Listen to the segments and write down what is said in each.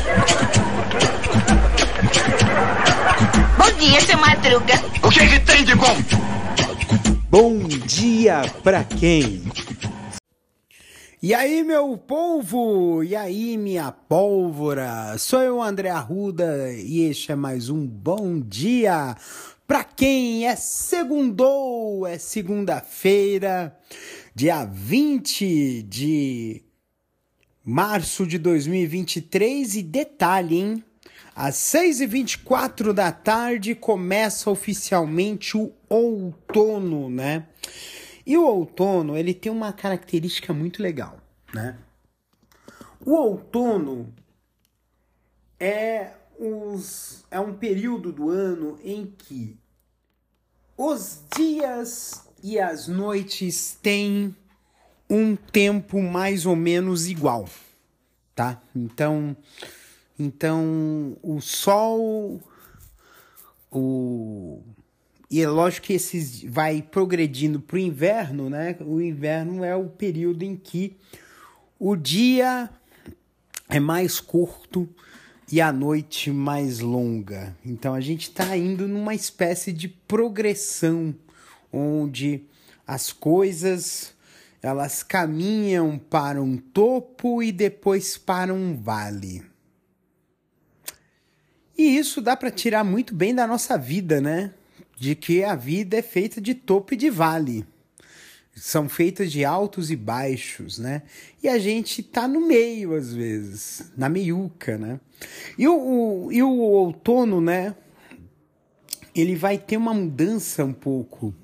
Bom dia, seu Madruga. O que tem de bom? Bom dia pra quem? E aí, meu polvo? E aí, minha pólvora? Sou eu, André Arruda, e este é mais um Bom Dia pra quem? É segundou, é segunda-feira, dia 20 de março de 2023, e detalhe, hein? Às 6h24 da tarde começa oficialmente o outono, né? E o outono, ele tem uma característica muito legal, né? O outono é um período do ano em que os dias e as noites têm um tempo mais ou menos igual, tá? Então o sol, e é lógico que esses vai progredindo para o inverno, né? O inverno é o período em que o dia é mais curto e a noite mais longa. Então a gente está indo numa espécie de progressão, onde as coisas elas caminham para um topo e depois para um vale. E isso dá para tirar muito bem da nossa vida, né? De que a vida é feita de topo e de vale. São feitas de altos e baixos, né? E a gente tá no meio, às vezes, na meiuca, né? E o outono, né? Ele vai ter uma mudança um pouco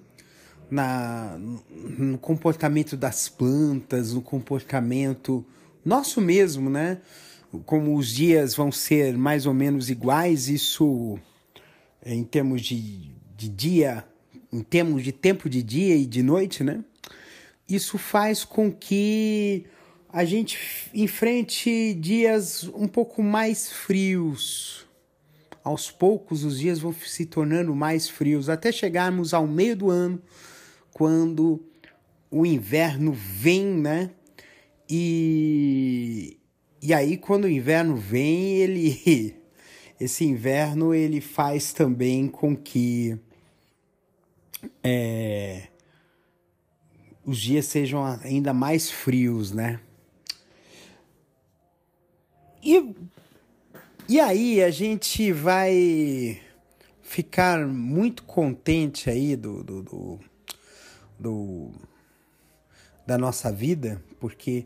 no comportamento das plantas, no comportamento nosso mesmo, né? Como os dias vão ser mais ou menos iguais, isso em termos de dia, em termos de tempo de dia e de noite, né? Isso faz com que a gente enfrente dias um pouco mais frios. Aos poucos os dias vão se tornando mais frios, até chegarmos ao meio do ano, quando o inverno vem, né? E aí, quando o inverno vem, esse inverno ele faz também com que os dias sejam ainda mais frios, né? E aí a gente vai ficar muito contente aí da nossa vida, porque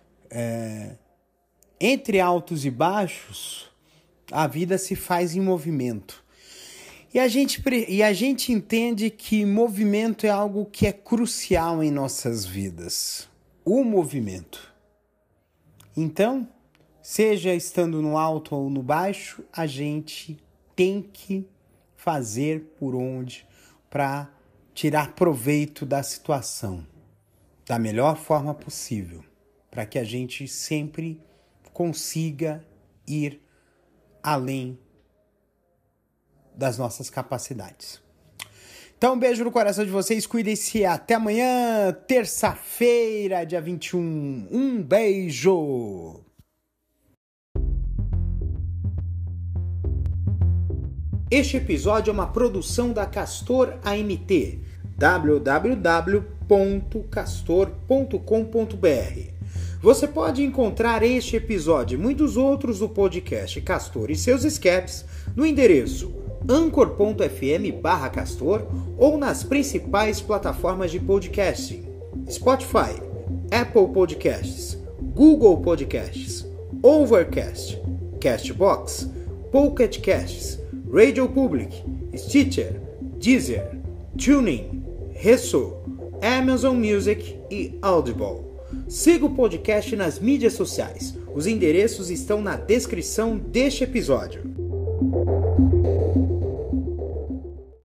entre altos e baixos, a vida se faz em movimento. E a gente entende que movimento é algo que é crucial em nossas vidas. O movimento. Então, seja estando no alto ou no baixo, a gente tem que fazer por onde para tirar proveito da situação da melhor forma possível, para que a gente sempre consiga ir além das nossas capacidades. Então, um beijo no coração de vocês, cuidem-se, até amanhã, terça-feira, dia 21. Um beijo! Este episódio é uma produção da Castor AMT, www.castor.com.br. Você pode encontrar este episódio e muitos outros do podcast Castor e seus escapes no endereço anchor.fm/castor ou nas principais plataformas de podcasting: Spotify, Apple Podcasts, Google Podcasts, Overcast, Castbox, Pocket Casts, Radio Public, Stitcher, Deezer, TuneIn, Resso, Amazon Music e Audible. Siga o podcast nas mídias sociais. Os endereços estão na descrição deste episódio.